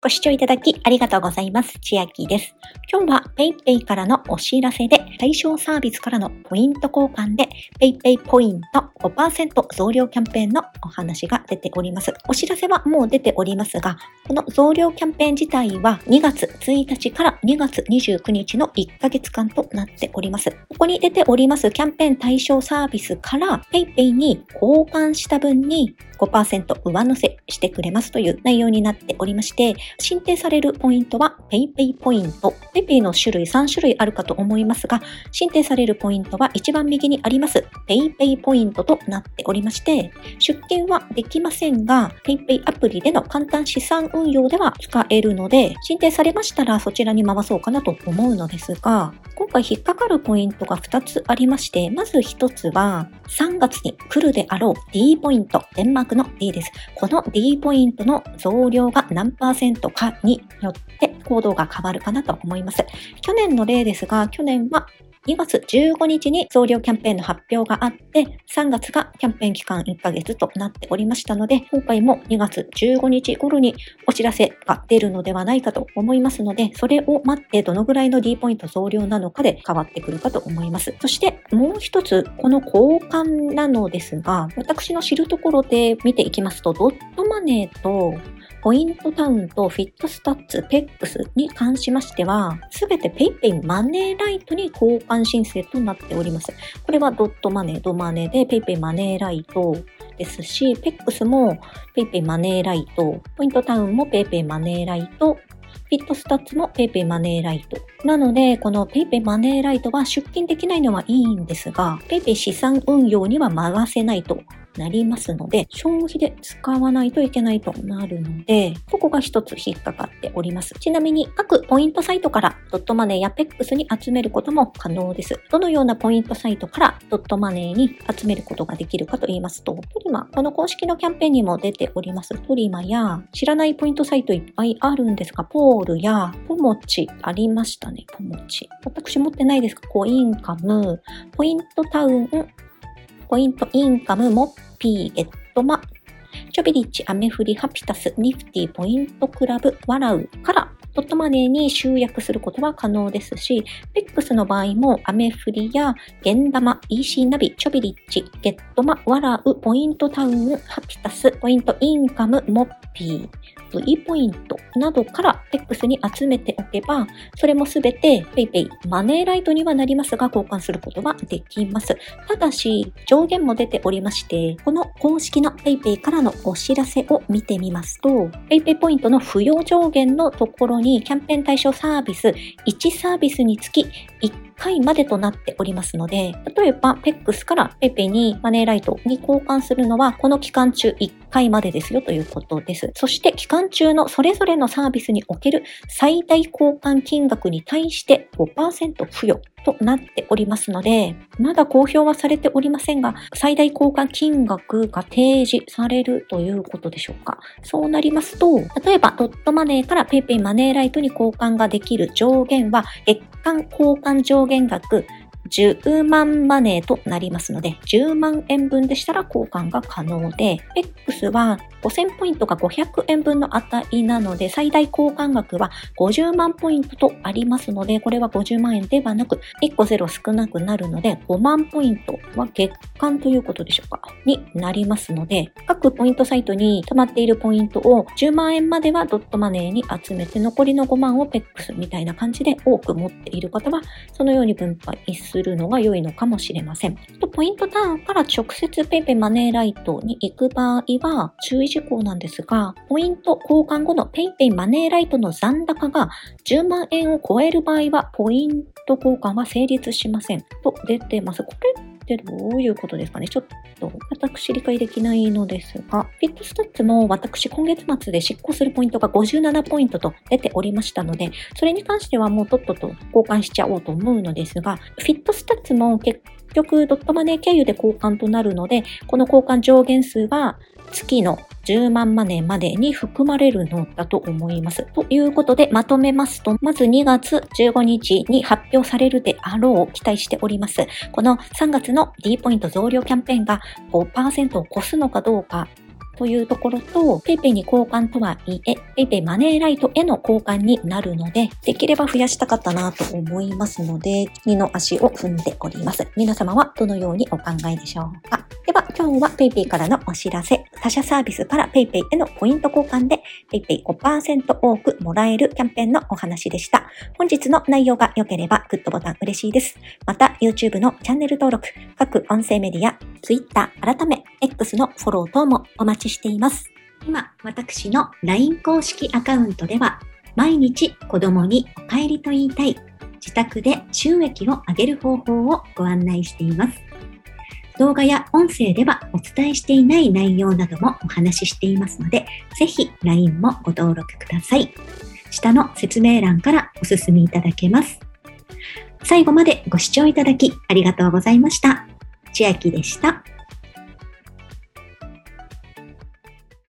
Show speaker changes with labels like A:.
A: ご視聴いただきありがとうございます。千秋です。今日は PayPay からのお知らせで、対象サービスからのポイント交換で PayPay ポイント 5% 増量キャンペーンのお話が出ております。お知らせはもう出ておりますが、この増量キャンペーン自体は2月1日から2月29日の1ヶ月間となっております。ここに出ておりますキャンペーン対象サービスから PayPay に交換した分に5% 上乗せしてくれますという内容になっておりまして、申請されるポイントは PayPay ポイント。PayPay の種類3種類あるかと思いますが、申請されるポイントは一番右にあります PayPay ポイントとなっておりまして、出金はできませんが、PayPay アプリでの簡単資産運用では使えるので、申請されましたらそちらに回そうかなと思うのですが、今回引っかかるポイントが2つありまして、まず1つは3月に来るであろう D ポイント、デンマークの D です。この D ポイントの増量が何%かによって行動が変わるかなと思います。去年の例ですが、去年は2月15日に増量キャンペーンの発表があって、3月がキャンペーン期間1ヶ月となっておりましたので、今回も2月15日頃にお知らせが出るのではないかと思いますので、それを待ってどのぐらいの D ポイント増量なのかで変わってくるかと思います。そしてもう一つ、この交換なのですが、私の知るところで見ていきますと、ドットマネーとポイントタウンとフィットスタッツ、PEX に関しましては、すべて PayPay マネーライトに交換申請となっております。これはドットマネー、ドマネーで PayPay マネーライトですし、PEX も PayPay マネーライト、ポイントタウンも PayPay マネーライト、フィットスタッツも PayPay マネーライト。なので、この PayPay マネーライトは出金できないのはいいんですが、PayPay 資産運用には回せないとなりますので、消費で使わないといけないとなるので、ここが一つ引っかかっております。ちなみに各ポイントサイトからドットマネーや PEX に集めることも可能です。どのようなポイントサイトからドットマネーに集めることができるかと言いますと、トリマ、この公式のキャンペーンにも出ておりますトリマや、知らないポイントサイトいっぱいあるんですが、ポールやポモチありましたね、ポモチ。私持ってないですか？コインカム、ポイントタウン、ポイントインカム、モッピー、ゲットマ、チョビリッチ、アメフリ、ハピタス、ニフティ、ポイントクラブ、ワラウからドットマネーに集約することは可能ですし、PEX の場合もアメフリやゲンダマ、EC ナビ、チョビリッチ、ゲットマ、ワラウ、ポイントタウン、ハピタス、ポイントインカム、モッピー、V ポイントなどから PEX に集めておけば、それもすべて PayPay マネーライトにはなりますが交換することはできます。ただし、上限も出ておりまして、この公式の PayPay からのお知らせを見てみますと、PayPay ポイントの付与上限のところにキャンペーン対象サービス1サービスにつき1回までとなっておりますので、例えば PEX から PayPay にマネーライトに交換するのはこの期間中1回までですよということです。そして期間中のそれぞれのサービスにおける最大交換金額に対して 5% 付与となっておりますので、まだ公表はされておりませんが、最大交換金額が提示されるということでしょうか。そうなりますと、例えばドットマネーから PayPay マネーライトに交換ができる上限は月間交換上限額10万マネーとなりますので、10万円分でしたら交換が可能で、PEX は5000ポイントが500円分の値なので、最大交換額は50万ポイントとありますので、これは50万円ではなく、1個0少なくなるので、5万ポイントは月間ということでしょうか、になりますので、各ポイントサイトに溜まっているポイントを10万円まではドットマネーに集めて、残りの5万を PEX みたいな感じで多く持っている方は、そのように分配するのが良いのかもしれません。ポイントタウンから直接 PayPay マネーライトに行く場合は注意事項なんですが、ポイント交換後の PayPay マネーライトの残高が10万円を超える場合はポイント交換は成立しませんと出てます。これってどういうことですかね。ちょっと私理解できないのですが、フィットスタッツも私今月末で執行するポイントが57ポイントと出ておりましたので、それに関してはもうとっとと交換しちゃおうと思うのですが、フィットスタッツも結局ドットマネー経由で交換となるので、この交換上限数は月の10万マネーまでに含まれるのだと思います。ということでまとめますと、まず2月15日に発表されるであろう期待しております。この3月の D ポイント増量キャンペーンが 5% を超すのかどうかというところと、PayPay に交換とはいえ、PayPay マネーライトへの交換になるので、できれば増やしたかったなと思いますので、二の足を踏んでおります。皆様はどのようにお考えでしょうか。では、今日は PayPay からのお知らせ、他社サービスから PayPay へのポイント交換で PayPay5% 多くもらえるキャンペーンのお話でした。本日の内容が良ければグッドボタン嬉しいです。また YouTube のチャンネル登録、各音声メディア、Twitter、改め X のフォロー等もお待ちしています。今、私の LINE 公式アカウントでは、毎日子供にお帰りと言いたい、自宅で収益を上げる方法をご案内しています。動画や音声ではお伝えしていない内容などもお話ししていますので、ぜひ LINE もご登録ください。下の説明欄からお進みいただけます。最後までご視聴いただきありがとうございました。千秋でした。